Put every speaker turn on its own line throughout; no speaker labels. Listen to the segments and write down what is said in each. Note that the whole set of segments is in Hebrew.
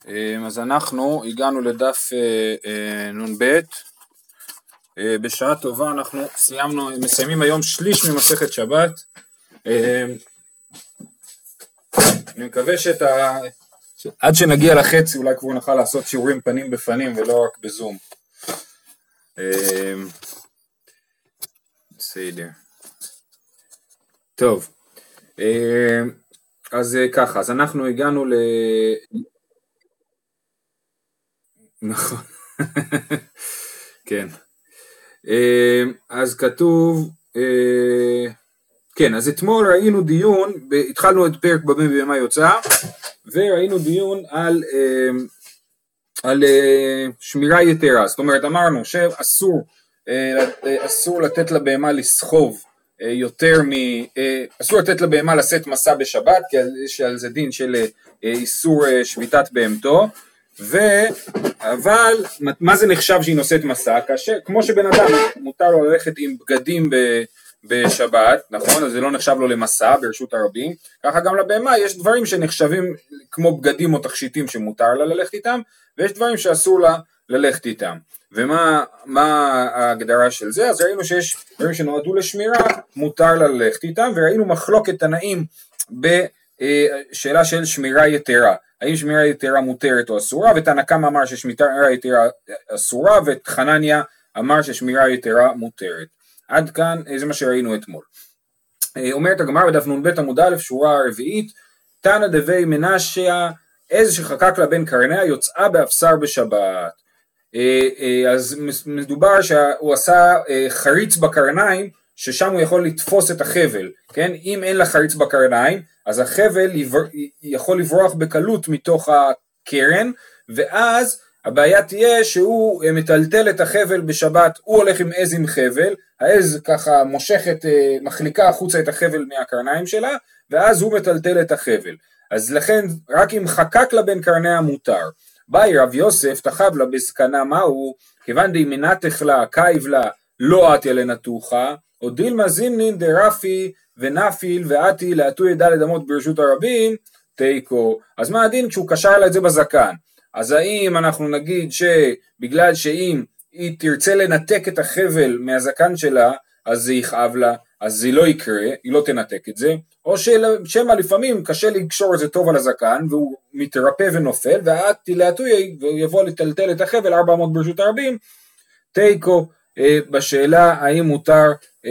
אז אנחנו הגענו לדף נ"ב. בשעה טובה אנחנו מסיימים היום שליש ממסכת שבת. אני מקווה עד שנגיע לחצי אולי כבר נוכל לעשות שיעורים פנים בפנים ולא רק בזום. בסדר. טוב. אז ככה, אז אנחנו הגענו נכון. כן. אז כתוב, כן, אז אתמול ראינו דיון, התחלנו את פרק במה יוצא, וראינו דיון על שמירה יתרה. זאת אומרת, אמרנו שאסור לתת לבהמה לסחוב יותר אסור לתת לבהמה לשאת מסע בשבת, כי יש על זה דין של איסור שביתת בהמתו. אבל מה זה נחשב שהיא נושאת מסע? כאשר כמו שבן אדם מותר לו ללכת עם בגדים בשבת, נכון? אז זה לא נחשב לו למסע ברשות הרבים. ככה גם לבהמה יש דברים שנחשבים כמו בגדים או תכשיטים שמותר לה ללכת איתם, ויש דברים שאסור לה ללכת איתם. ומה ההגדרה של זה? אז ראינו שיש דברים שנועדו לשמירה, מותר לה ללכת איתם, וראינו מחלוקת תנאים בשאלה של שמירה יתרה. האם שמירה יתרה מותרת או אסורה, ותנא קמא אמר ששמירה יתרה אסורה, וחנניה אמר ששמירה יתרה מותרת. עד כאן זה מה שראינו אתמול. אומרת הגמרא בדף נ"ב עמוד א' שורה הרביעית, תנא דבי מנשיה איזה שחקק לה בן קרניה יוצאה באפסר בשבת. אז מדובר שהוא עשה חריץ בקרניים, ששם הוא יכול לתפוס את החבל, כן? אם אין לה חריץ בקרניים, אז החבל יכול לברוח בקלות מתוך הקרן, ואז הבעיה תהיה שהוא מטלטל את החבל בשבת, הוא הולך עם עז עם חבל, העז ככה מחליקה החוצה את החבל מהקרניים שלה, ואז הוא מטלטל את החבל. אז לכן רק אם חקק לה בן קרניה מותר. באי רב יוסף תחב לה בזקנה מהו, כיוון די מנתך לה, קייב לה, לא עטיה לנתוחה, או דילמה זימנין דרפי ונפיל ועתי לעטו ידע לדמות ברשות הרבים, תיקו. אז מה הדין כשהוא קשר לה את זה בזקן? אז האם אנחנו נגיד שבגלל שאם היא תרצה לנתק את החבל מהזקן שלה, אז זה יכאב לה, אז זה לא יקרה, היא לא תנתק את זה, או שמה לפעמים קשה לקשור את זה טוב על הזקן, והוא מתרפא ונופל, ועתי לעטו ויבוא לטלטל את החבל 400 ברשות הרבים, תיקו. בשאלה האם מותר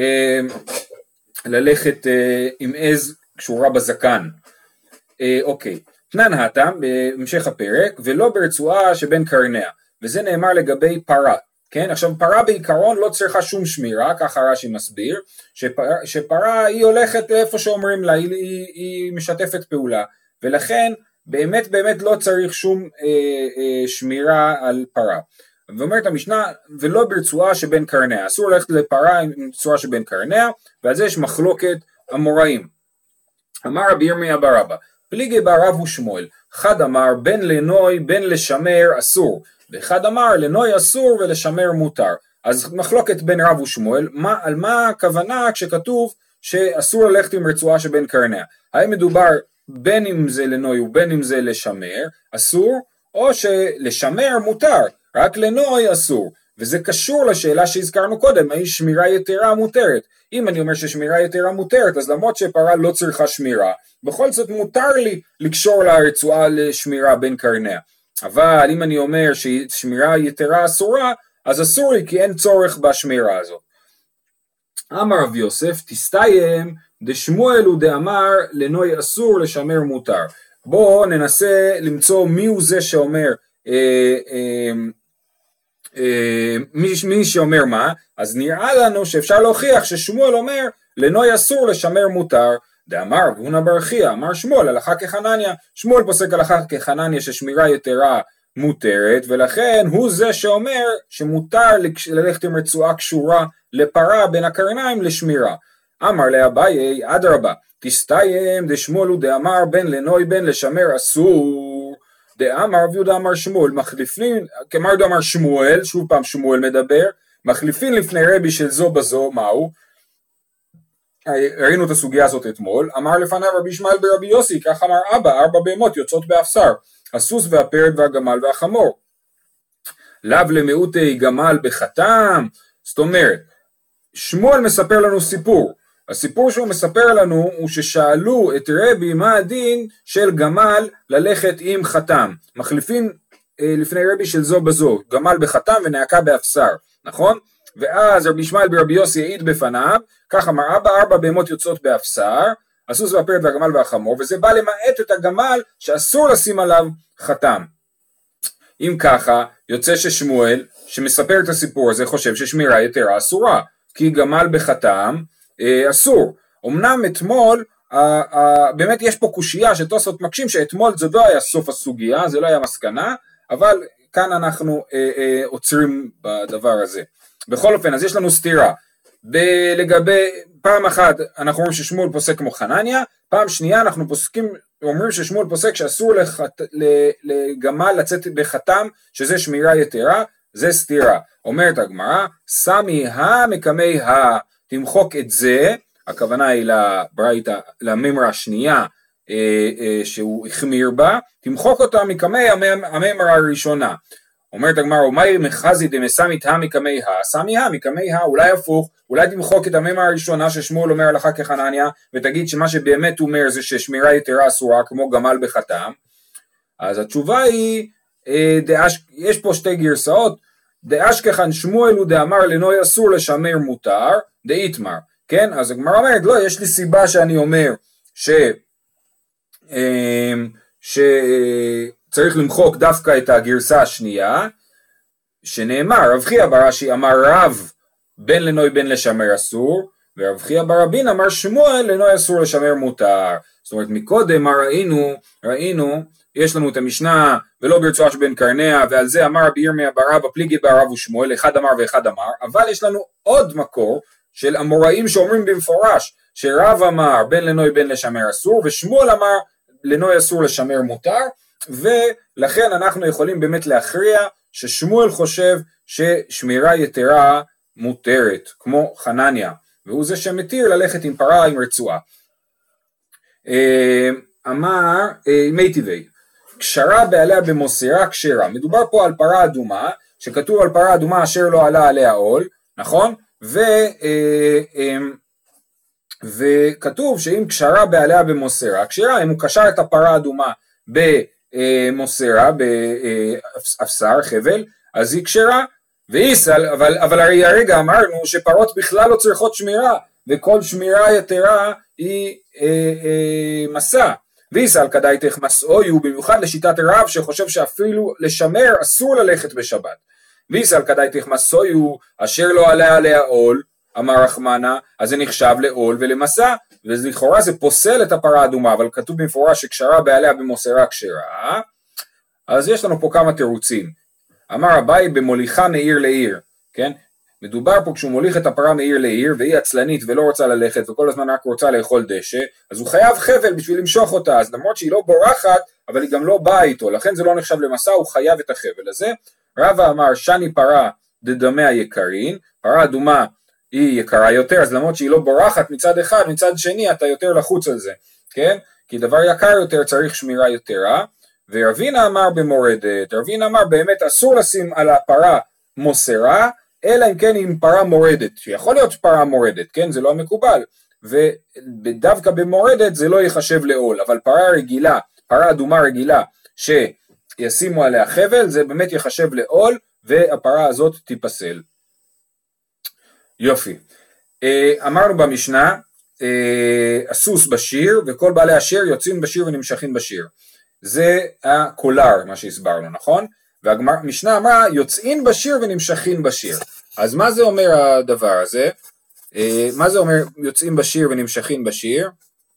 ללכת עם עז קשורה בזקן. אוקיי, תנן התם בהמשך הפרק, ולא ברצועה שבין קרניה, וזה נאמר לגבי פרה, כן? עכשיו פרה בעיקרון לא צריכה שום שמירה, ככה רש"י מסביר, שפרה היא הולכת איפה שאומרים לה, היא משתפת פעולה, ולכן באמת לא צריך שום שמירה על פרה. ואומרת המשנה, ולא ברצועה שבין קרניה, אסור ללכת לפרה עם רצועה שבין קרניה, ועל זה יש מחלוקת אמוראים. אמר רבי ירמיה בר אבא, פליגי בר רב ושמואל, אחד אמר בין לנוי בין לשמר אסור, ואחד אמר לנוי אסור ולשמר מותר. אז מחלוקת בין רב ושמואל, על מה הכוונה כשכתוב שאסור ללכת עם רצועה שבין קרניה? האם מדובר בין אם זה לנוי ובין אם זה לשמר אסור, או שלשמר מותר? רק לנוי אסור, וזה קשור לשאלה שהזכרנו קודם, האם שמירה יתרה מותרת. אם אני אומר ששמירה יתרה מותרת, אז למרות שפרה לא צריכה שמירה, בכל זאת מותר לי לקשור לה רצועה לשמירה בין קרניה. אבל אם אני אומר ששמירה יתרה אסורה, אז אסור לי כי אין צורך בשמירה הזאת. אמר רב יוסף, תסתיים דשמואל ודאמר לנוי אסור לשמר מותר. בואו ננסה למצוא מי הוא זה שאומר מי שאומר מה, אז נראה לנו שאפשר להוכיח ששמואל אומר לנוי אסור לשמר מותר. דאמר גונה ברכיה, אמר שמואל הלכה כחנניה, שמואל פוסק הלכה כחנניה ששמירה יתרה מותרת, ולכן הוא זה שאומר שמותר ללכת עם רצועה קשורה לפרה בין הקרניים לשמירה. אמר לאביי אדרבה, תסתיים דשמואל ודאמר בין לנוי בין לשמר אסור, דאמר רב יהודה אמר שמואל, מחליפין, כמר דאמר שמואל, שוב פעם שמואל מדבר, מחליפין לפני רבי של זו בזו, מהו? ראינו את הסוגיה הזאת אתמול, אמר לפניו רבי ישמעאל ברבי יוסי, כך אמר אבא, 4 בהמות יוצאות באפסר, הסוס והפרד והגמל והחמור. לאו למיעוטי גמל בחתם, זאת אומרת, שמואל מספר לנו סיפור, הסיפור שהוא מספר לנו הוא ששאלו את רבי מה הדין של גמל ללכת עם חתם, מחליפים לפני רבי של זו בזו, גמל בחתם ונעקה באפסר, נכון? ואז רבי ישמעאל ברבי יוסי העיד בפניו, ככה אמר 4 בהמות יוצאות באפסר, הסוס והפרד והגמל והחמור, וזה בא למעט את הגמל שאסור לשים עליו חתם. אם ככה, יוצא ששמואל, שמספר את הסיפור הזה, חושב ששמירה יתרה אסורה, כי גמל בחתם אסור. אמנם אתמול, באמת יש פה קושייה שתוספות מקשים, שאתמול זה לא היה סוף הסוגיה, זה לא היה מסקנה, אבל כאן אנחנו עוצרים בדבר הזה. בכל אופן, אז יש לנו סתירה. לגבי, פעם אחת אנחנו אומרים ששמואל פוסק כמו חנניה, פעם שנייה אנחנו אומרים ששמואל פוסק שאסור לגמל לצאת בחתם, שזה שמירה יתרה, זה סתירה. אומרת הגמרא, סמי מקמי תמחוק את זה, הכוונה היא לברייתא, לממרה השנייה שהוא החמיר בה, תמחוק אותה מקמי הממרה הראשונה. אומרת הגמרא, ומאי מחזי דמסמית מקמי סמי מקמי אולי הפוך, אולי תמחוק את הממרה הראשונה ששמואל אומר הלכה כחנניה, ותגיד שמה שבאמת הוא אומר זה ששמירה יתרה אסורה כמו גמל בחתם. אז התשובה היא, יש פה שתי גרסאות, דאשכחן שמואל הוא דאמר לנוי אסור לשמר מותר, דאיתמר, כן? אז הגמרא אומרת, לא, יש לי סיבה שאני אומר שצריך למחוק דווקא את הגרסה השנייה, שנאמר, רב חייא בר אשי אמר רב בין לנוי בין לשמר אסור, ורב חייא בר רבין אמר שמואל לנוי אסור לשמר מותר. זאת אומרת, מקודם מה ראינו, יש לנו את המשנה ולא ברצועה שבין קרניה, ועל זה אמר רבי ירמיה בר אבא פליגי בר רב ושמואל, אחד אמר ואחד אמר, אבל יש לנו עוד מקור של אמוראים שאומרים במפורש, שרב אמר בין לנוי בין לשמר אסור, ושמואל אמר לנוי אסור לשמר מותר, ולכן אנחנו יכולים באמת להכריע ששמואל חושב ששמירה יתרה מותרת, כמו חנניה, והוא זה שמתיר ללכת עם פרה עם רצועה. אמר מי טבעי, קשרה בעליה במוסרה קשרה, מדובר פה על פרה אדומה, שכתוב על פרה אדומה אשר לא עלה עליה עול, נכון? וכתוב שאם קשרה בעליה במוסרה קשרה, אם הוא קשר את הפרה האדומה במוסרה, באפסר, חבל, אז היא קשרה, אבל הרי הרגע אמרנו שפרות בכלל לא צריכות שמירה, וכל שמירה יתרה היא מסע, ויסל כדאיתך מסעויו, במיוחד לשיטת רב שחושב שאפילו לשמר אסור ללכת בשבת, ויסל כדאיתך מסעויו אשר לא עלה עליה עול, אמר רחמנה, אז זה נחשב לעול ולמסע, ולכאורה זה פוסל את הפרה האדומה, אבל כתוב במפורש שקשרה בעליה במוסרה קשרה, אז יש לנו פה כמה תירוצים. אמר אביי במוליכה מעיר לעיר, כן? מדובר פה כשהוא מוליך את הפרה מעיר לעיר, והיא עצלנית ולא רוצה ללכת, וכל הזמן רק רוצה לאכול דשא, אז הוא חייב חבל בשביל למשוך אותה, אז למרות שהיא לא בורחת, אבל היא גם לא באה איתו, לכן זה לא נחשב למסע, הוא חייב את החבל הזה. רבא אמר שני פרה דדמיה יקרין, פרה אדומה היא יקרה יותר, אז למרות שהיא לא בורחת מצד אחד, מצד שני אתה יותר לחוץ על זה, כן? כי דבר יקר יותר צריך שמירה יתרה, ורבינה אמר במורדת, רבינה אמר באמת אסור לשים על הפרה מוסרה, אלא אם כן עם פרה מורדת, שיכול להיות פרה מורדת, כן? זה לא המקובל, ודווקא במורדת זה לא יחשב לעול, אבל פרה רגילה, פרה אדומה רגילה, שישימו עליה חבל, זה באמת יחשב לעול, והפרה הזאת תיפסל. יופי, אמרנו במשנה, הסוס בשיר, וכל בעלי השיר יוצאים בשיר ונמשכים בשיר. זה הקולר, מה שהסברנו, נכון? והמשנה אמרה, יוצאים בשיר ונמשכים בשיר. אז מה זה אומר הדבר הזה? מה זה אומר יוצאים בשיר ונמשכים בשיר?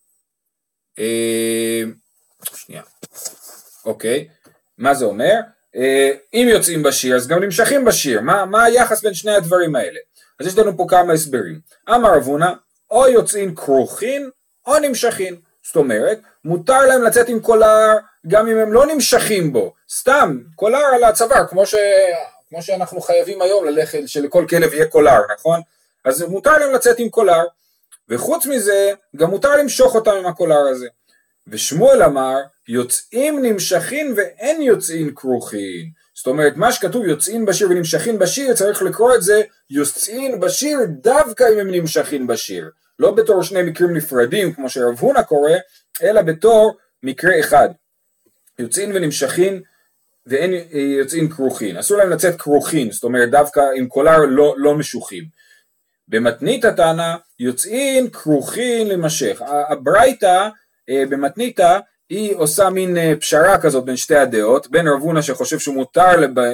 שנייה. אוקיי. מה זה אומר? אם יוצאים בשיר, אז גם נמשכים בשיר. מה היחס בין שני הדברים האלה? אז יש לנו פה כמה הסברים. אמר רב הונא, או יוצאים כרוכין, או נמשכים. זאת אומרת, מותר להם לצאת עם קולר, גם אם הם לא נמשכים בו. סתם, קולר על הצוואר, כמו שאנחנו חייבים היום ללכת, שלכל כלב יהיה קולר, נכון? אז מותר להם לצאת עם קולר, וחוץ מזה, גם מותר למשוך אותם עם הקולר הזה. ושמואל אמר יוצאים נמשכים ואין יוצאים כרוכין. זאת אומרת מה שכתוב יוצאים בשיר ונמשכים בשיר צריך לקרוא את זה יוצאים בשיר דווקא אם הם נמשכים בשיר, לא בתור שני מקרים נפרדים כמו שרב הונא קורא, אלא בתור מקרה אחד, יוצאים ונמשכים ואין יוצאים כרוכין. אסור להם לצאת כרוכין, זאת אומרת דווקא עם קולר לא משוחים. במתנית הטענה יוצאים כרוכין למשך. הברייתא במתניתא היא עושה מין פשרה כזאת בין שתי הדעות, בין רב הונא שחושב שהוא מותר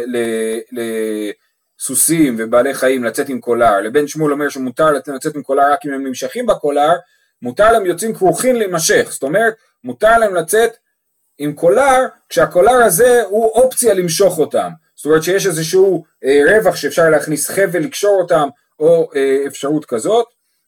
לסוסים ובעלי חיים לצאת עם קולר, לבין שמואל אומר שמותר לצאת עם קולר רק אם הם נמשכים בקולר, מותר להם יוצאים כרוכין למשך, זאת אומרת מותר להם לצאת עם קולר כשהקולר הזה הוא אופציה למשוך אותם, זאת אומרת שיש איזשהו רווח שאפשר להכניס חבל לקשור אותם או אפשרות כזאת,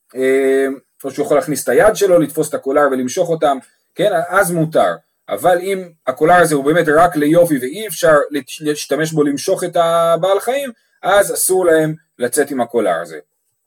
או שהוא יכול להכניס את היד שלו לתפוס את הקולר ולמשוך אותם, כן, אז מותר. אבל אם הקולר הזה הוא באמת רק ליופי ואי אפשר להשתמש בו למשוך את הבעל חיים, אז אסור להם לצאת עם הקולר הזה.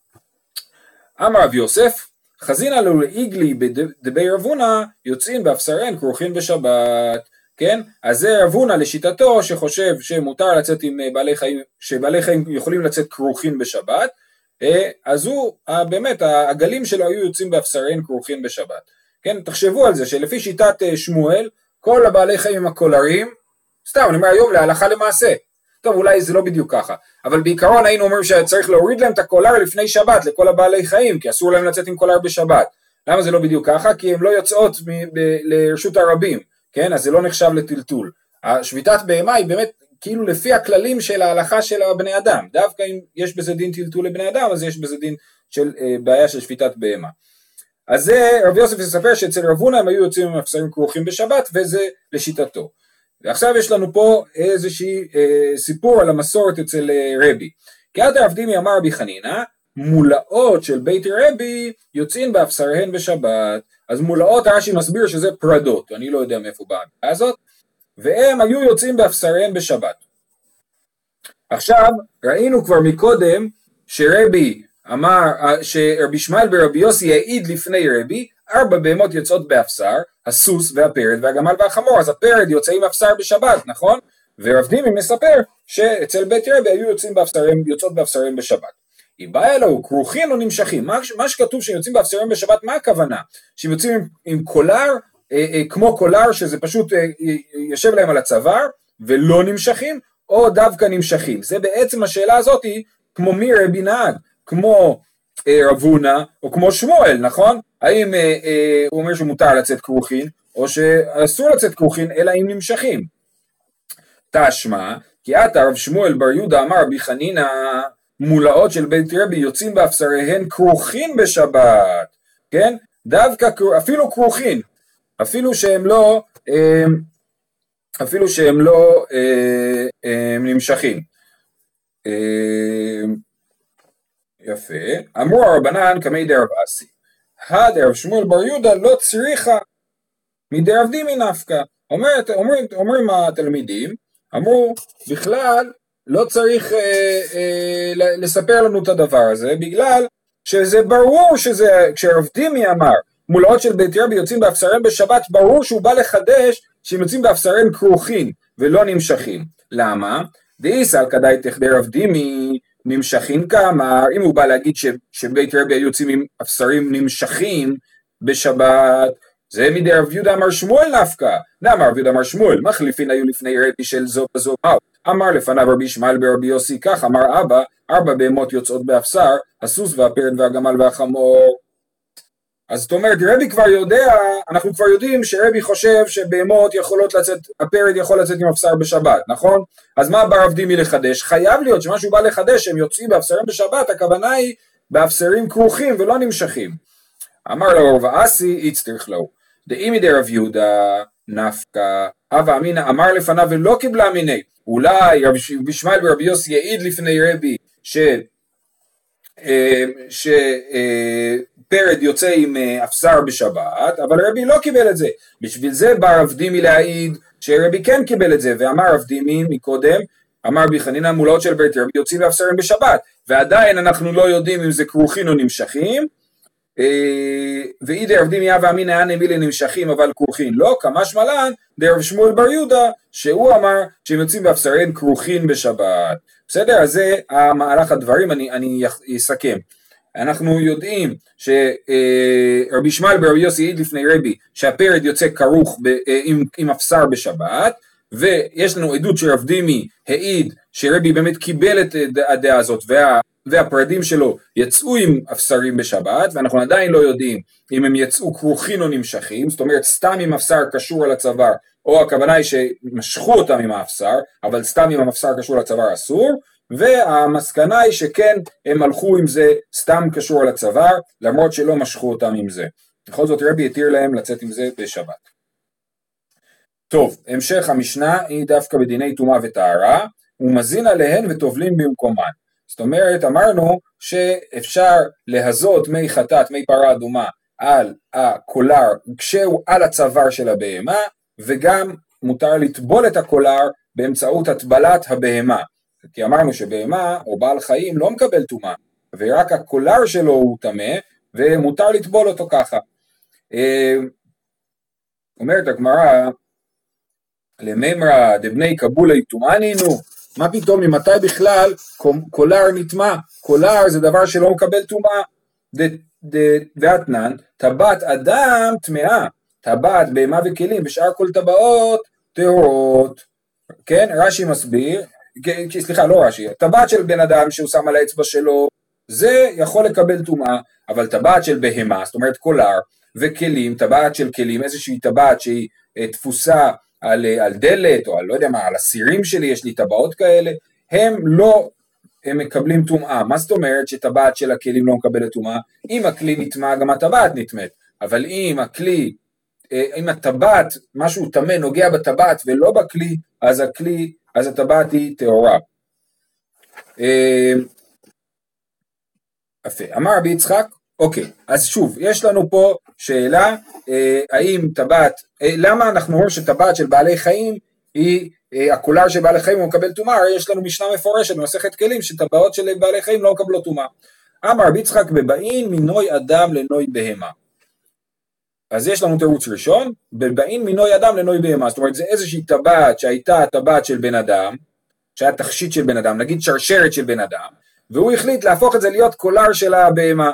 אמר רב יוסף, חזינא לו לאיגלי דבי רב הונא יוצאים באפסרן כרוכין בשבת, כן? אז זה רב הונא לשיטתו שחושב שמותר לצאת עם בעלי חיים, שבעלי חיים יכולים לצאת כרוכין בשבת, אז הוא באמת הגלים שלו היו יוצאים באפסרן כרוכין בשבת. כן, תחשבו על זה שלפי שיטת שמואל כל הבעלי חיים עם הקולרים, סתם אני אומר היום להלכה למעשה, טוב אולי זה לא בדיוק ככה, אבל בעיקרון היינו אומרים שצריך להוריד להם את הקולר לפני שבת לכל הבעלי חיים, כי אסור להם לצאת עם קולר בשבת. למה זה לא בדיוק ככה? כי הם לא יוצאות לרשות הרבים, כן, אז זה לא נחשב לטלטול. השביתת בהמה היא באמת כאילו לפי הכללים של ההלכה של הבני אדם, דווקא אם יש בזה דין טלטול לבני אדם, אז יש בזה דין של בעיה של שביתת בהמה. אז זה רב יוסף יספר שאצל רב הונא הם היו יוצאים עם אפסרים כרוכים בשבת, וזה לשיטתו. ועכשיו יש לנו פה איזושהי סיפור על המסורת אצל רבי. כי עתה רב דימי אמר רבי חנינא, מולאות של בית רבי יוצאים באפסריהן בשבת. אז מולאות רש"י מסביר שזה פרדות, אני לא יודע מאיפה באה הזאת, והם היו יוצאים באפסריהן בשבת. עכשיו ראינו כבר מקודם שרבי אמר, שרבי ישמעאל ברבי יוסי העיד לפני רבי, 4 בהמות יוצאות באפסר, הסוס והפרד והגמל והחמור, אז הפרד יוצא עם אפסר בשבת, נכון? ורב דימי מספר שאצל בית רבי היו יוצאות באפסרים בשבת. אם בא אלו כרוכין או נמשכים, מה שכתוב שהם יוצאים באפסרים בשבת, מה הכוונה? שהם יוצאים עם קולר, כמו קולר שזה פשוט יושב להם על הצוואר ולא נמשכים, או דווקא נמשכים. זה בעצם השאלה הזאת היא כמו מי רבי נהג, כמו רב הונא או כמו שמואל, נכון? האם הוא אומר שמותר לצאת כרוכין או שאסור לצאת כרוכין אלא אם נמשכים? תשמע, כי עתה רב שמואל בר יהודה אמר רבי חנינא, מולאות של בית רבי יוצאים באפסריהן כרוכין בשבת, כן? דווקא אפילו כרוכין, אפילו שהם לא נמשכים. יפה. אמרו הרבנן כמי דרב אסי, דרב שמואל בר יהודה לא צריכה מדרב דימי נפקא. אומרים התלמידים, אמרו בכלל לא צריך לספר לנו את הדבר הזה, בגלל שזה ברור שזה, כשרב דימי אמר מולאות של בית רבי יוצאים באפסריהן בשבת, ברור שהוא בא לחדש שהם יוצאים באפסריהן כרוכין ולא נמשכים. למה? דאיסא כדאי תחדי רב דימי נמשכים כאמר, אם הוא בא להגיד שבית רבי היו יוצאים עם אפסרים נמשכים בשבת, זה מדי רב יהודה אמר שמואל נפקא. למה רב יהודה אמר שמואל? מחליפין היו לפני רבי של זו וזו. אמר לפניו רבי ישמעאל ברבי יוסי כך, אמר אבא, 4 בהמות יוצאות באפסר, הסוס והפרד והגמל והחמור. אז זאת אומרת, רבי כבר יודע, אנחנו כבר יודעים שרבי חושב שבהמות יכולות לצאת, הפרד יכול לצאת עם אפסר בשבת, נכון? אז מה בא רב דימי לחדש? חייב להיות שמשהו בא לחדש, שהם יוצאים באפסרים בשבת, הכוונה היא באפסרים כרוכים ולא נמשכים. אמר לו רב אסי, יצטרך לו. דאימי דרב יהודה נפקא, הווה אמינא אמר לפניו ולא קיבלה מיני. אולי רבי ישמעאל ברבי יוסי יעיד לפני רבי שפרד יוצא עם אפסר בשבת, אבל רבי לא קיבל את זה. בשביל זה בא רב דימי להעיד שרבי כן קיבל את זה, ואמר רב דימי מקודם, אמר רבי חנינא מולאות של בית רבי יוצאים באפסרים בשבת, ועדיין אנחנו לא יודעים אם זה כרוכין או נמשכים, ואי דרבדים יא ואמין היה נמי לנמשכים אבל כרוכין, לא, כמשמע לן דרב שמואל בר יהודה שהוא אמר שהם יוצאים באפסריהם כרוכין בשבת. בסדר? אז זה המהלך הדברים, אני אסכם. אנחנו יודעים שרבי ישמעאל ברבי יוסי העיד לפני רבי שהפרד יוצא כרוך עם אפסר בשבת, ויש לנו עדות שרב דימי העיד שרבי באמת קיבל את הדעה הזאת והפרדים שלו יצאו עם אפסרים בשבת, ואנחנו עדיין לא יודעים אם הם יצאו כרוכין או נמשכים, זאת אומרת סתם עם אפסר קשור על הצוואר, או הכוונה היא שמשכו אותם עם האפסר, אבל סתם עם האפסר קשור על הצוואר אסור, והמסקנה היא שכן הם הלכו עם זה סתם קשור על הצוואר, למרות שלא משכו אותם עם זה. בכל זאת רבי התיר להם לצאת עם זה בשבת. טוב, המשך המשנה היא דווקא בדיני טומאה וטהרה, ומזין עליהן וטובלין במקומן. זאת אומרת, אמרנו שאפשר להזות מי חטאת, מי פרה אדומה על הקולר כשהוא על הצוואר של הבהמה, וגם מותר לטבול את הקולר באמצעות הטבלת הבהמה. כי אמרנו שבהמה או בעל חיים לא מקבל טומאה, ורק הקולר שלו הוא טמא, ומותר לטבול אותו ככה. אומרת הגמרא, לממרא דבני קבולי טומאנינו, מה פתאום ממתי בכלל קולר נטמא? קולר זה דבר שלא מקבל טומאה. ואתנן, טבעת אדם טמאה, טבעת בהמה וכלים, בשאר כל טבעות טהורות. כן, רש"י מסביר, סליחה, לא רש"י, טבעת של בן אדם שהוא שם על האצבע שלו, זה יכול לקבל טומאה, אבל טבעת של בהמה, זאת אומרת קולר, וכלים, טבעת של כלים, איזושהי טבעת שהיא תפוסה על דלת, או לא יודע מה, על הסירים שלי, יש לי טבעות כאלה, הם מקבלים טומאה. מה זאת אומרת שטבעת של הכלים לא מקבלת טומאה? אם הכלי נטמא, גם הטבעת נטמאת, אבל אם הטבעת, משהו טמא נוגע בטבעת ולא בכלי, אז הטבעת היא טהורה. יפה, אמר רבי יצחק, אוקיי, אז שוב, יש לנו פה שאלה, האם טבעת, למה אנחנו אומרים שטבעת של בעלי חיים, הקולר של בעלי חיים הוא מקבל טומאה, הרי יש לנו משנה מפורשת במסכת כלים, שטבעות של בעלי חיים לא מקבלות טומאה. אמר רבי יצחק בבאין מינוי אדם לנוי בהמה. אז יש לנו תירוץ ראשון, בבאין מינוי אדם לנוי בהמה, זאת אומרת זה איזושהי טבעת שהייתה טבעת של בן אדם, שהיה תכשיט של בן אדם, נגיד שרשרת של בן אדם, והוא החליט להפוך את זה להיות קולר של הבהמה,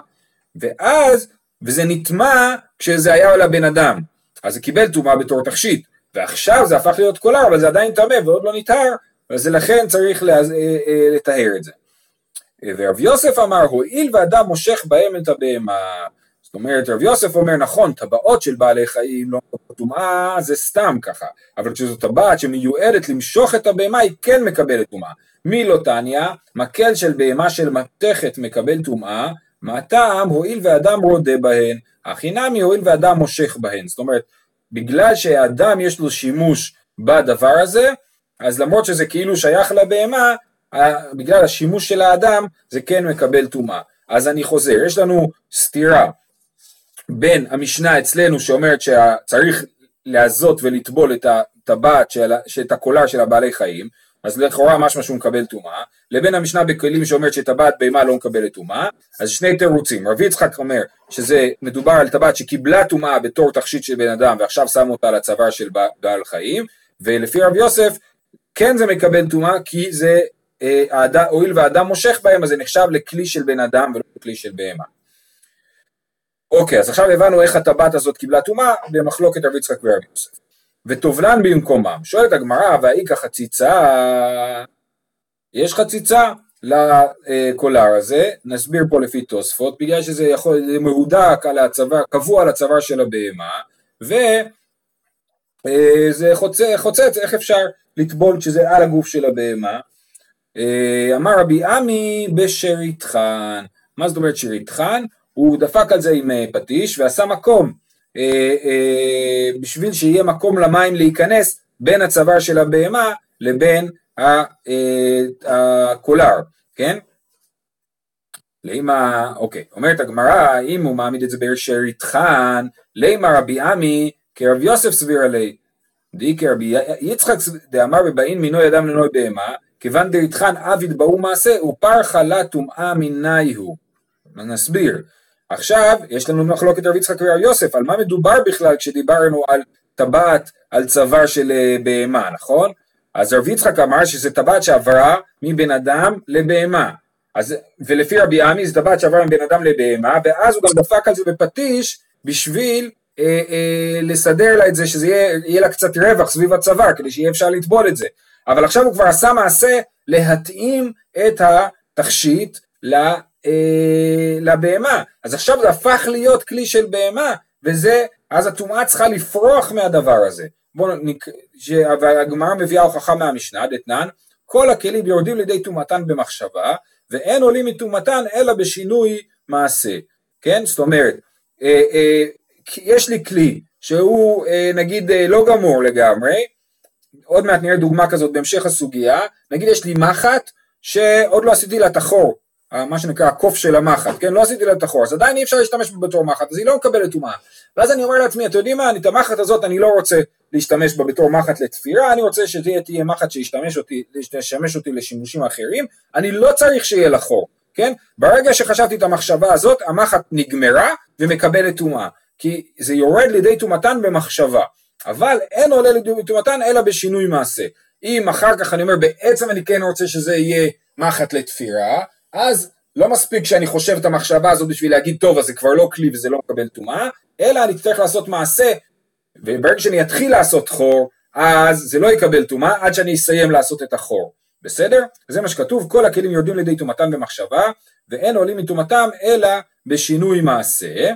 וזה נטמע כשזה היה על הבן אדם, אז זה קיבל טומאה בתור תכשיט, ועכשיו זה הפך להיות קולר, אבל זה עדיין טמא ועוד לא נטהר, אז לכן צריך לטהר את זה. ורב יוסף אמר, הואיל ואדם מושך בהם את הבהמה, זאת אומרת, רב יוסף אומר, נכון, טבעות של בעלי חיים לא טומאה, זה סתם ככה, אבל כשזו טבעת שמיועדת למשוך את הבהמה, היא כן מקבלת טומאה. מי לא תניא, מקל של בהמה של מתכת מקבל טומאה, מה טעם? הואיל ואדם רודה בהן, החינמי הואיל ואדם מושך בהן, זאת אומרת, בגלל שהאדם יש לו שימוש בדבר הזה, אז למרות שזה כאילו שייך לבהמה, בגלל השימוש של האדם, זה כן מקבל טומאה. אז אני חוזר, יש לנו סתירה בין המשנה אצלנו שאומרת שצריך להזות ולטבול את הטבעת, את הקולר של הבעלי חיים, אז לכאורה משמע שהוא מקבל טומאה, לבין המשנה בכלים שאומרת שטבעת בהמה לא מקבלת טומאה, אז שני תירוצים. רבי יצחק אומר שזה מדובר על טבעת שקיבלה טומאה בתור תכשיט של בן אדם, ועכשיו שמו אותה על הצוואר של בעל חיים, ולפי רבי יוסף, כן זה מקבל טומאה, כי זה הואיל והאדם מושך בהם, אז זה נחשב לכלי של בן אדם ולא לכלי של בהמה. אוקיי, אז עכשיו הבנו איך הטבעת הזאת קיבלה טומאה, במחלוקת רבי יצחק ורבי יוסף. וטובלן במקומם, שואלת הגמרא, והאיכה חציצה, יש חציצה לקולר הזה, נסביר פה לפי תוספות, בגלל שזה זה מהודק על הצוואר, קבוע על הצוואר של הבהמה, וזה חוצץ, איך אפשר לטבול כשזה על הגוף של הבהמה? אמר רבי עמי בשריטחן, מה זאת אומרת שריטחן? הוא דפק על זה עם פטיש ועשה מקום, בשביל שיהיה מקום למים להיכנס בין הצוואר של הבהמה לבין הקולר, כן? אוקיי, אומרת הגמרא, אם הוא מעמיד את זה בשריטחן, לימה רבי עמי כרב יוסף סביר עלי, די כרבי יצחק דאמר בבאין מינוי אדם לנוי בהמה, כיוון דריטחן עביד באו מעשה, ופרחה לה טומאה מיני הוא. נסביר, עכשיו יש לנו מחלוקת רבי יצחק ורבי יוסף, על מה מדובר בכלל כשדיברנו על טבעת על צוואר של בהמה, נכון? אז רבי יצחק אמר שזה טבעת שעברה מבן אדם לבהמה, ולפי רבי עמי זה טבעת שעברה מבן אדם לבהמה, ואז הוא גם דפק על זה בפטיש בשביל לסדר לה את זה, שזה יהיה לה קצת רווח סביב הצוואר, כדי שיהיה אפשר לטבול את זה. אבל עכשיו הוא כבר עשה מעשה להתאים את התכשיט לבהמה, אז עכשיו זה הפך להיות כלי של בהמה, וזה, אז הטומאה צריכה לפרוח מהדבר הזה. והגמרא מביאה הוכחה מהמשנה, דתנן, כל הכלים יורדים לידי טומאתן במחשבה, ואין עולים מטומאתן אלא בשינוי מעשה. כן? זאת אומרת, יש לי כלי שהוא נגיד לא גמור לגמרי, עוד מעט נראה דוגמה כזאת בהמשך הסוגיה, נגיד יש לי מחט שעוד לא עשיתי לה תחור, מה שנקרא הקוף של המחט, כן? לא עשיתי לה תחור, אז עדיין אי אפשר להשתמש בה בתור מחט, אז היא לא מקבלת טומאה. ואז אני אומר לעצמי, אתם יודעים מה, את המחט הזאת אני לא רוצה להשתמש בה בתור מחט לתפירה, אני רוצה שתהיה מחט שישמש אותי לשימושים אחרים, אני לא צריך שיהיה לה חור, כן? ברגע שחשבתי את המחשבה הזאת, המחט נגמרה ומקבלת טומאה, כי זה יורד לידי טומאתן במחשבה, אבל אין עולה לידי טומאתן אלא בשינוי מעשה. אם אחר כך אני אומר, בעצם אני כן רוצה שזה יהיה מחט לתפירה, אז לא מספיק שאני חושב את המחשבה הזאת בשביל להגיד, טוב, אז זה כבר לא כלי וזה לא מקבל טומאה, אלא אני צריך לעשות מעשה, וברגע שאני אתחיל לעשות חור, אז זה לא יקבל טומאה, עד שאני אסיים לעשות את החור. בסדר? זה מה שכתוב, כל הכלים יורדים לידי טומאתן במחשבה, ואין עולים מטומאתם אלא בשינוי מעשה.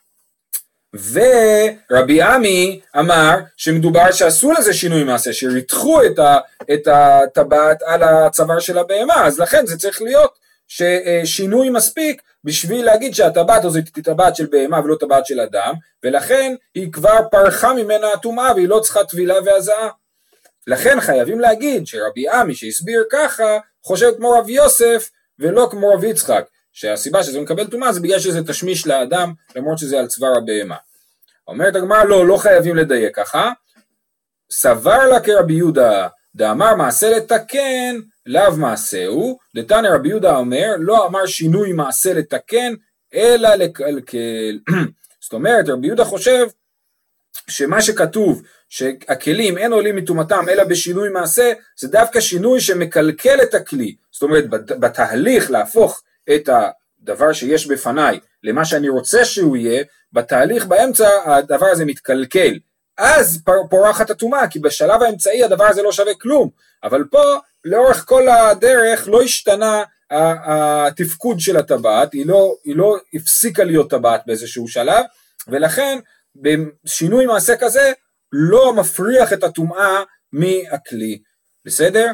ורבי עמי אמר שמדובר שעשו לזה שינוי מעשה, שריתחו את הטבעת על הצוואר של הבהמה, אז לכן זה צריך להיות ששינוי מספיק בשביל להגיד שהטבעת הזאת היא טבעת של בהמה ולא טבעת של אדם, ולכן היא כבר פרחה ממנה הטומאה והיא לא צריכה טבילה והזעה. לכן חייבים להגיד שרבי עמי שהסביר ככה חושב כמו רבי יוסף ולא כמו רבי יצחק, שהסיבה שזה מקבל טומאה זה בגלל שזה תשמיש לאדם למרות שזה על צוואר הבהמה. אומרת הגמרא לא חייבים לדייק ככה, סבר לה כרבי יהודה דאמר מעשה לתקן לאו מעשהו, דתניא רבי יהודה אומר לא אמר שינוי מעשה לתקן אלא לקלקל. זאת אומרת רבי יהודה חושב שמה שכתוב שהכלים אין עולים מטומאתם אלא בשינוי מעשה, זה דווקא שינוי שמקלקל את הכלי, זאת אומרת בתהליך להפוך את הדבר שיש בפניי למה שאני רוצה שהוא יהיה, בתהליך באמצע הדבר הזה מתקלקל, אז פורחת הטומאה, כי בשלב האמצעי הדבר הזה לא שווה כלום, אבל פה לאורך כל הדרך לא השתנה התפקוד של הטבעת, היא לא הפסיקה להיות טבעת באיזשהו שלב, ולכן בשינוי מעשה כזה לא מפריח את הטומאה מהכלי. בסדר?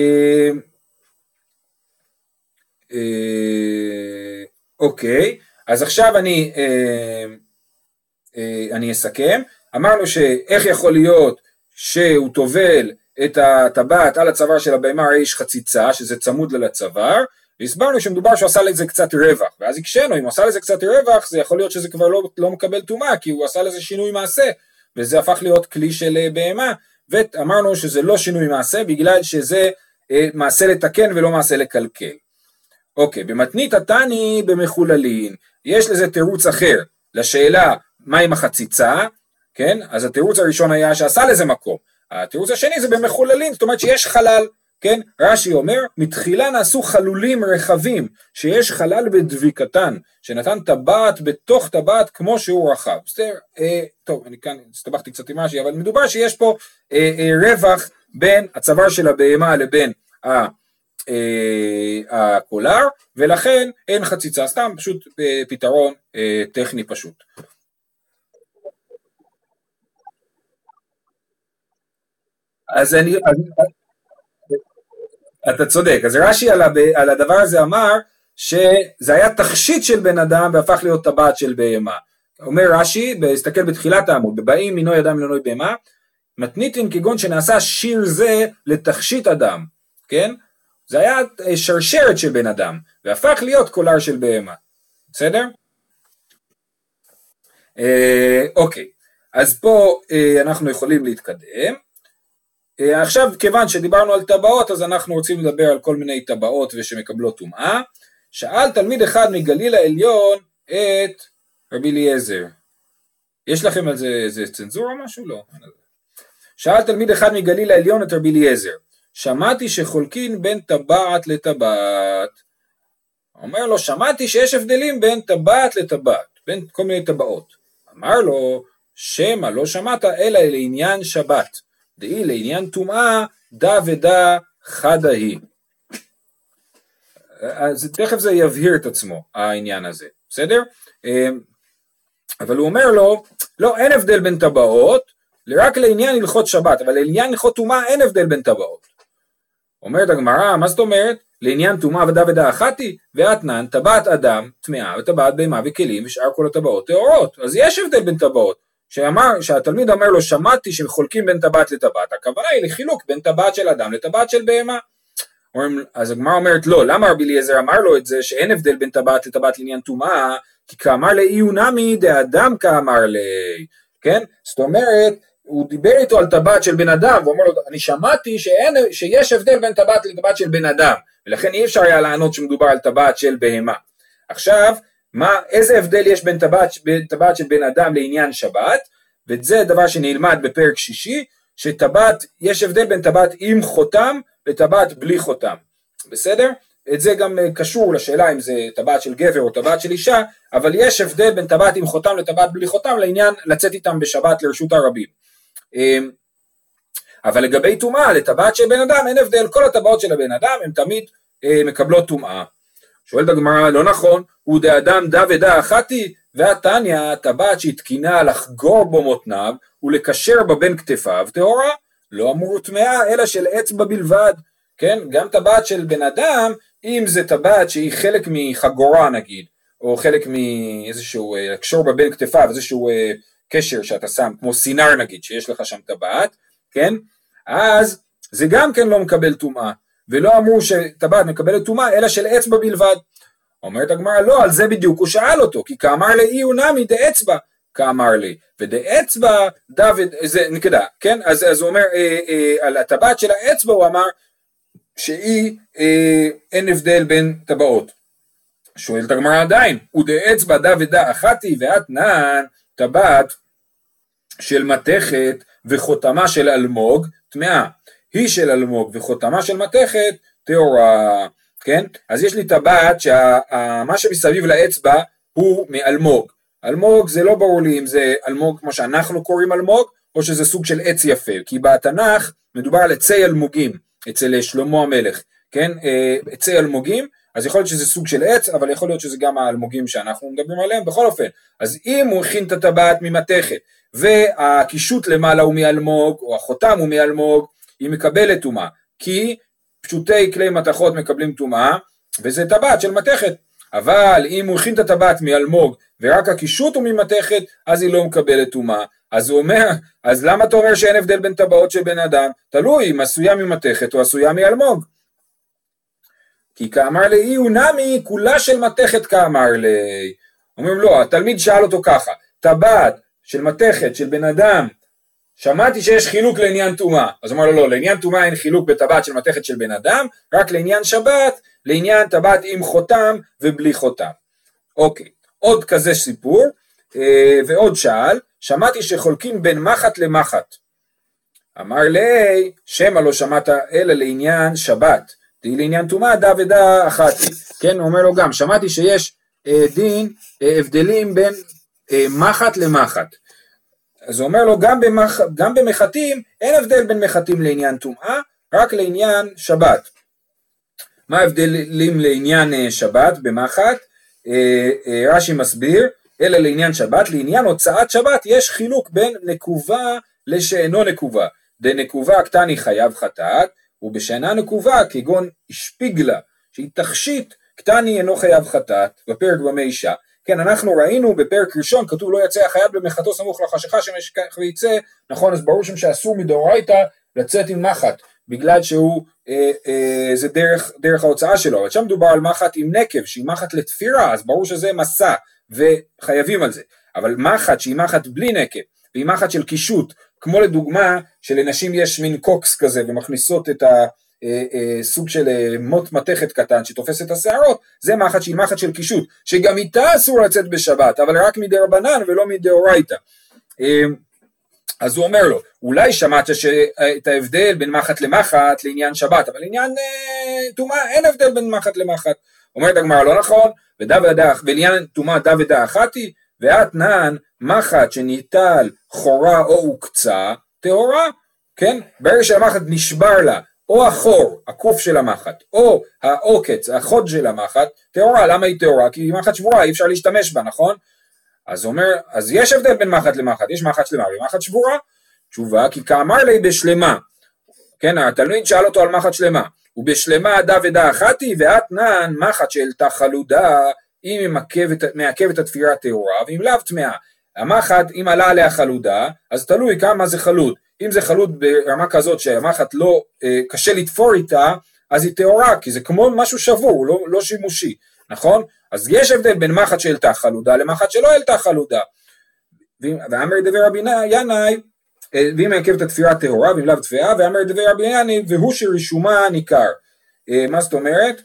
אוקיי, אז עכשיו אני אסכם. אמרנו שאיך יכול להיות שהוא טובל את הטבעת על הצוואר של הבהמה, הרי יש חציצה שזה צמוד לצוואר, והסברנו שמדובר שהוא עשה לזה קצת רווח, ואז הקשנו, אם הוא עשה לזה קצת רווח זה יכול להיות שזה כבר לא מקבל טומאה, כי הוא עשה לזה שינוי מעשה, וזה הפך להיות כלי של בהמה, ואמרנו שזה לא שינוי מעשה בגלל שזה מעשה לתקן ולא מעשה לקלקל. אוקיי, במתנית התני במחוללין, יש לזה תירוץ אחר לשאלה מה עם החציצה, כן? אז התירוץ הראשון היה שעשה לזה מקום, התירוץ השני זה במחוללין, זאת אומרת שיש חלל, כן? רש"י אומר, מתחילה נעשו חלולים רחבים, שיש חלל בדביקתן, שנתן טבעת בתוך טבעת כמו שהוא רחב. טוב, אני כאן הסתבכתי קצת עם רש"י, אבל מדובר שיש פה רווח בין הצוואר של הבהמה לבין הקולר, ולכן אין חציצה, סתם פשוט פתרון טכני פשוט. אז אתה צודק, אז רש"י על הדבר הזה אמר שזה היה תכשיט של בן אדם והפך להיות טבעת של בהמה. אומר רש"י, בהסתכל בתחילת העמוד, בבאים מינוי אדם מינוי בהמה, מתניתין כגון שנעשה שיר זה לתכשיט אדם, כן? זה היה שרשרת של בן אדם, והפך להיות קולר של בהמה. בסדר? אוקיי, אז פה אנחנו יכולים להתקדם. עכשיו כיוון שדיברנו על טבעות, אז אנחנו רוצים לדבר על כל מיני טבעות ושמקבלות טומאה. שאל תלמיד אחד מגליל העליון את רבי אליעזר. יש לכם על זה איזה צנזורה או משהו? לא. שאל תלמיד אחד מגליל העליון את רבי אליעזר, שמעתי שחולקין בין טבעת לטבעת. אומר לו, שמעתי שיש הבדלים בין טבעת לטבעת, בין כל מיני טבעות. אמר לו, שמא לא שמעת אלא לעניין שבת, דאי לעניין טומאה, דה ודה חדה היא. אז תכף זה יבהיר את עצמו, העניין הזה, בסדר? אבל הוא אומר לו, לא, אין הבדל בין טבעות, רק לעניין הלכות שבת, אבל לעניין הלכות טומאה אין הבדל בין טבעות. אומרת הגמרא, מה זאת אומרת? לעניין טומאה ודה ודה אחתי, ואתנן, טבעת אדם, טמאה, וטבעת בהמה וכלים, ושאר כל הטבעות טהורות. אז יש הבדל בין טבעות. שהתלמיד אומר לו, שמעתי שחולקים בין טבעת לטבעת, הכוונה היא לחילוק בין טבעת של אדם לטבעת של בהמה. אז הגמרא אומרת, לא, למה רבי אליעזר אמר לו את זה, שאין הבדל בין טבעת לטבעת לעניין טומאה, כי כאמר לאי הוא נמי, דאדם כאמר לי, כן? זאת אומרת, הוא דיבר איתו על טבעת של בן אדם, והוא אומר לו, אני שמעתי שיש הבדל בין טבעת לטבעת של בן אדם, ולכן אי אפשר היה לענות שמדובר על טבעת של בהמה. עכשיו, איזה הבדל יש בין טבעת של בן אדם לעניין שבת, וזה דבר שנלמד בפרק שישי, שטבעת, יש הבדל בין טבעת עם חותם לטבעת בלי חותם, בסדר? את זה גם קשור לשאלה אם זה טבעת של גבר או טבעת של אישה, אבל יש הבדל בין טבעת עם חותם לטבעת בלי חותם, לעניין לצאת איתם בשבת לרשות הרבים. אבל לגבי טומאה, לטבעת של בן אדם אין הבדל, כל הטבעות של הבן אדם הן תמיד מקבלות טומאה. שואלת הגמרא, לא נכון, הוא דאדם דה ודה אחתי, והתניא, טבעת שהתקינה לחגור בו מותניו ולקשר בבין כתפיו טהורה, לא אמור טמאה אלא של אצבע בלבד, כן? גם טבעת של בן אדם, אם זה טבעת שהיא חלק מחגורה נגיד, או חלק מאיזשהו, לקשור בבין כתפיו, איזשהו קשר שאתה שם, כמו סינר נגיד, שיש לך שם טבעת, כן? אז זה גם כן לא מקבל טומאה, ולא אמרו שטבעת מקבלת טומאה, אלא של אצבע בלבד. אומרת הגמרא, לא, על זה בדיוק הוא שאל אותו, כי כאמר לאי הוא נמי דאצבע, כאמר לי, ודאצבע דוד, זה נקדה, כן? אז הוא אומר, על הטבעת של האצבע הוא אמר, שהיא אין הבדל בין טבעות. שואלת הגמרא עדיין, ודאצבע דודה אחתי ואתנן, טבעת של מתכת וחותמה של אלמוג, טמאה. היא של אלמוג וחותמה של מתכת, טהורה. כן? אז יש לי טבעת שמה שמסביב לאצבע הוא מאלמוג. אלמוג זה לא ברור לי אם זה אלמוג כמו שאנחנו קוראים אלמוג, או שזה סוג של עץ יפה, כי בתנ"ך מדובר על עצי אלמוגים, אצל שלמה המלך, כן? עצי אלמוגים, אז יכול להיות שזה סוג של עץ, אבל יכול להיות שזה גם האלמוגים שאנחנו מדברים עליהם, בכל אופן. אז אם הוא הכין את הטבעת ממתכת, והקישוט למעלה הוא מאלמוג, או החותם הוא מאלמוג, היא מקבלת טומאה, כי פשוטי כלי מתכות מקבלים טומאה, וזה טבעת של מתכת. אבל אם הוא הכין את הטבעת מאלמוג, ורק הקישוט הוא ממתכת, אז היא לא מקבלת טומאה. אז הוא אומר, אז למה אתה אומר שאין הבדל בין טבעות של בן אדם? תלוי אם עשויה ממתכת או עשויה מאלמוג. כי כאמר לי, הוא נמי, כולה של מתכת כאמר לי. אומרים לא, התלמיד שאל אותו ככה, טבעת של מתכת של בן אדם, שמעתי שיש חילוק לעניין טומאה. אז הוא אומר לו, לא, לעניין טומאה אין חילוק בטבעת של מתכת של בן אדם, רק לעניין שבת, לעניין טבעת עם חותם ובלי חותם. אוקיי, עוד כזה סיפור, ועוד שאל, שמעתי שחולקים בין מחט למחט. אמר לי, שמא לא שמעת אלא לעניין שבת, די לעניין טומאה דה ודה אחתי. כן, הוא אומר לו גם, שמעתי שיש דין, הבדלים בין מחט למחט. אז הוא אומר לו, גם במחטים, אין הבדל בין מחטים לעניין טומאה, רק לעניין שבת. מה ההבדלים לעניין שבת במחט? רש"י מסביר, אלא לעניין שבת, לעניין הוצאת שבת, יש חילוק בין נקובה לשאינו נקובה. דנקובה קטני חייב חטאת, ובשאינה נקובה, כגון שפיגלה, שהיא תכשיט, קטני אינו חייב חטאת, בפרק במה אישה. כן, אנחנו ראינו בפרק ראשון, כתוב לא יצא החייב במחטו סמוך לחשיכה שמשכח ויצא, נכון, אז ברור שם שאסור מדאורייתא לצאת עם מחט, בגלל שהוא, זה דרך ההוצאה שלו, אבל שם מדובר על מחט עם נקב, שהיא מחט לתפירה, אז ברור שזה מסע, וחייבים על זה, אבל מחט שהיא מחט בלי נקב, והיא מחט של קישוט, כמו לדוגמה שלנשים יש מין קוקס כזה, ומכניסות סוג של מוט מתכת קטן שתופס את השערות, זה מחט שהיא מחט של קישוט, שגם איתה אסור לצאת בשבת, אבל רק מדרבנן ולא מדאורייתא. אז הוא אומר לו, אולי שמעת את ההבדל בין מחט למחט לעניין שבת, אבל לעניין טומאה אין הבדל בין מחט למחט. אומרת הגמרא לא נכון, ולעניין טומאה דה ודה אחתי, ואתנן מחט שניטל חורה או הוקצה, טהורה, כן? ברגע שהמחט נשבר לה, או החור, הקוף של המחט, או העוקץ, החוד של המחט, טהורה. למה היא טהורה? כי היא מחט שבורה, אי אפשר להשתמש בה, נכון? אז אומר, אז יש הבדל בין מחט למחט, יש מחט שלמה ומחט שבורה. תשובה, כי כאמר לי בשלמה, כן, התלמיד שאל אותו על מחט שלמה, ובשלמה דה ודה אחתי, ואתנן מחט שהעלתה חלודה, אם היא מעכבת התפירה טהורה, ואם לאו טמאה. המחט, אם עלה עליה חלודה, אז תלוי כמה זה חלוד. אם זה חלוד ברמה כזאת שהמחט לא קשה לתפור איתה, אז היא טהורה, כי זה כמו משהו שבור, לא שימושי, נכון? אז יש הבדל בין מחט שהעלתה חלודה למחט שלא העלתה חלודה. ואמר דבר רבי ינאי, ואם מעכבת התפירה טהורה, ואם לאו טמאה, ואמר דבר רבי ינאי, והוא שרישומה ניכר. מה זאת אומרת?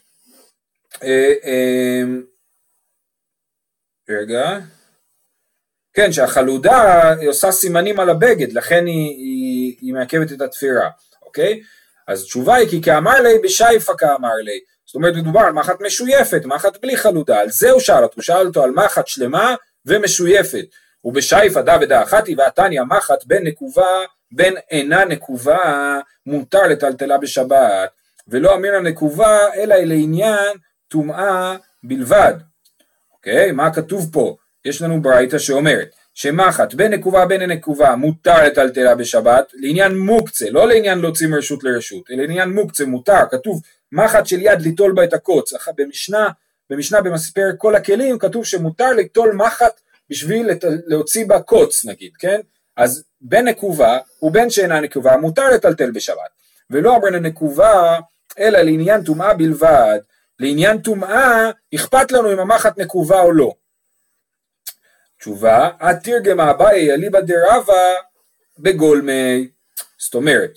רגע. כן, שהחלודה עושה סימנים על הבגד, לכן היא מעכבת את התפירה, אוקיי? אז תשובה היא, כי כאמר לי בשייפה כאמר לי, זאת אומרת מדובר על מחט משויפת, מחט בלי חלודה, על זה הוא שאל אותו על מחט שלמה ומשויפת, ובשייפה דה ודה אחתי, והתניא מחט בין נקובה, בין אינה נקובה, מותר לטלטלה בשבת, ולא אמיר הנקובה, אלא לעניין טומאה בלבד, אוקיי? מה כתוב פה? יש לנו ברייתא שאומרת, שמחט בין נקובה בין נקובה מותר לטלטלה בשבת, לעניין מוקצה, לא לעניין להוציא מרשות לרשות, אלא לעניין מוקצה מותר, כתוב מחט של יד ליטול בה את הקוץ, במשנה במספר כל הכלים כתוב שמותר ליטול מחט בשביל להוציא בה קוץ נגיד, כן? אז בין נקובה ובין שאינה נקובה מותר לטלטל בשבת, ולא אמרנו נקובה אלא לעניין טומאה בלבד, לעניין טומאה אכפת לנו אם המחט נקובה או לא. תשובה, התרגם אביי אליבא דרבא בגולמי, זאת אומרת,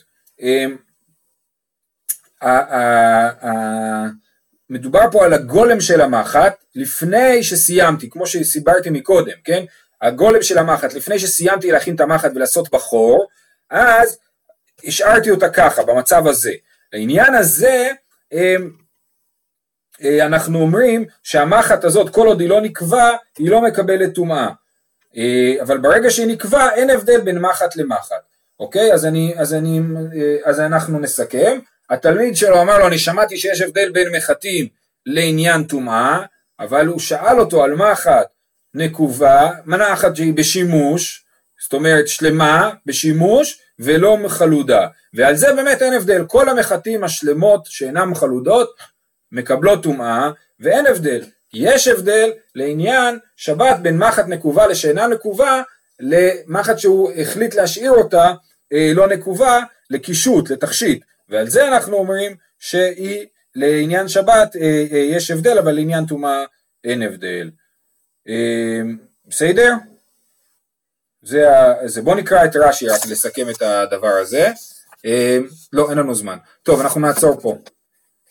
מדובר פה על הגולם של המחט לפני שסיימתי, כמו שסיברתי מקודם, כן? הגולם של המחט, לפני שסיימתי להכין את המחט ולעשות בחור, אז השארתי אותה ככה, במצב הזה. לעניין הזה, אנחנו אומרים שהמחט הזאת, כל עוד היא לא נקבע, היא לא מקבלת טומאה. אבל ברגע שהיא נקבע, אין הבדל בין מחט למחט. אוקיי? אז אנחנו נסכם. התלמיד שלו אמר לו, אני שמעתי שיש הבדל בין מחטים לעניין טומאה, אבל הוא שאל אותו על מחט נקובה, מחט שהיא בשימוש, זאת אומרת שלמה, בשימוש, ולא חלודה. ועל זה באמת אין הבדל. כל המחטים השלמות שאינם חלודות, מקבלות טומאה, ואין הבדל. יש הבדל לעניין שבת בין מחט נקובה לשאינה נקובה, למחט שהוא החליט להשאיר אותה לא נקובה, לקישוט, לתכשיט. ועל זה אנחנו אומרים שהיא לעניין שבת יש הבדל, אבל לעניין טומאה אין הבדל. בסדר? בוא נקרא את רש"י רק לסכם את הדבר הזה. לא, אין לנו זמן. טוב, אנחנו נעצור פה.